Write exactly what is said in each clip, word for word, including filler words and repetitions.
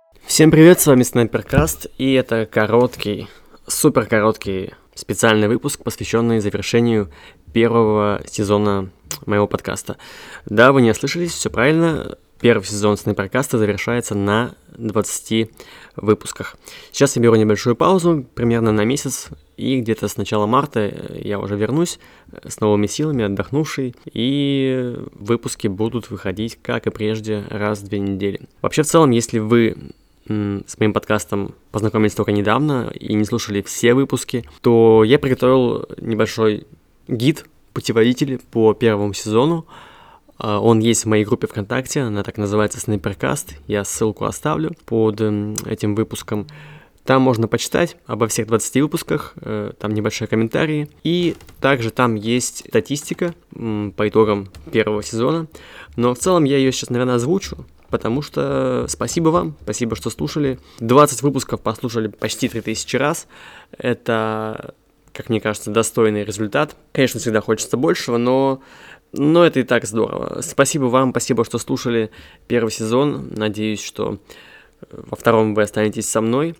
Всем привет, с вами Снайперкаст, и это короткий, супер короткий специальный выпуск, посвященный завершению первого сезона моего подкаста. Да, вы не ослышались, все правильно, первый сезон Снайперкаста завершается на двадцати выпусках. Сейчас я беру небольшую паузу, примерно на месяц, и где-то с начала марта я уже вернусь с новыми силами, отдохнувший, и выпуски будут выходить, как и прежде, раз в две недели. Вообще, в целом, если вы с моим подкастом познакомились только недавно и не слушали все выпуски, то я приготовил небольшой гид, путеводитель по первому сезону. Он есть в моей группе ВКонтакте, она так называется Снайперкаст, я ссылку оставлю под этим выпуском. Там можно почитать обо всех двадцати выпусках, там небольшие комментарии, и также там есть статистика по итогам первого сезона, но в целом я ее сейчас, наверное, озвучу, потому что спасибо вам, спасибо, что слушали. двадцать выпусков послушали почти три тысячи раз. Это, как мне кажется, достойный результат. Конечно, всегда хочется большего, но, но это и так здорово. Спасибо вам, спасибо, что слушали первый сезон. Надеюсь, что во втором вы останетесь со мной.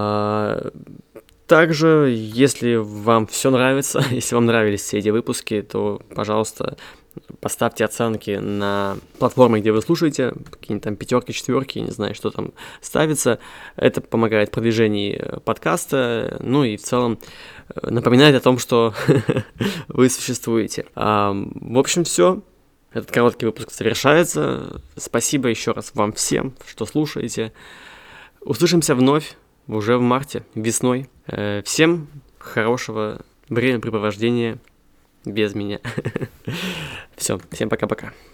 Также, если вам все нравится, если вам нравились все эти выпуски, то, пожалуйста, поставьте оценки на платформе, где вы слушаете, какие-нибудь там пятерки, четверки, не знаю, что там ставится. Это помогает в продвижении подкаста, ну и в целом напоминает о том, что вы существуете. В общем, все. Этот короткий выпуск завершается. Спасибо еще раз вам всем, что слушаете. Услышимся вновь уже в марте, весной. Всем хорошего времяпрепровождения без меня. Все, всем пока-пока.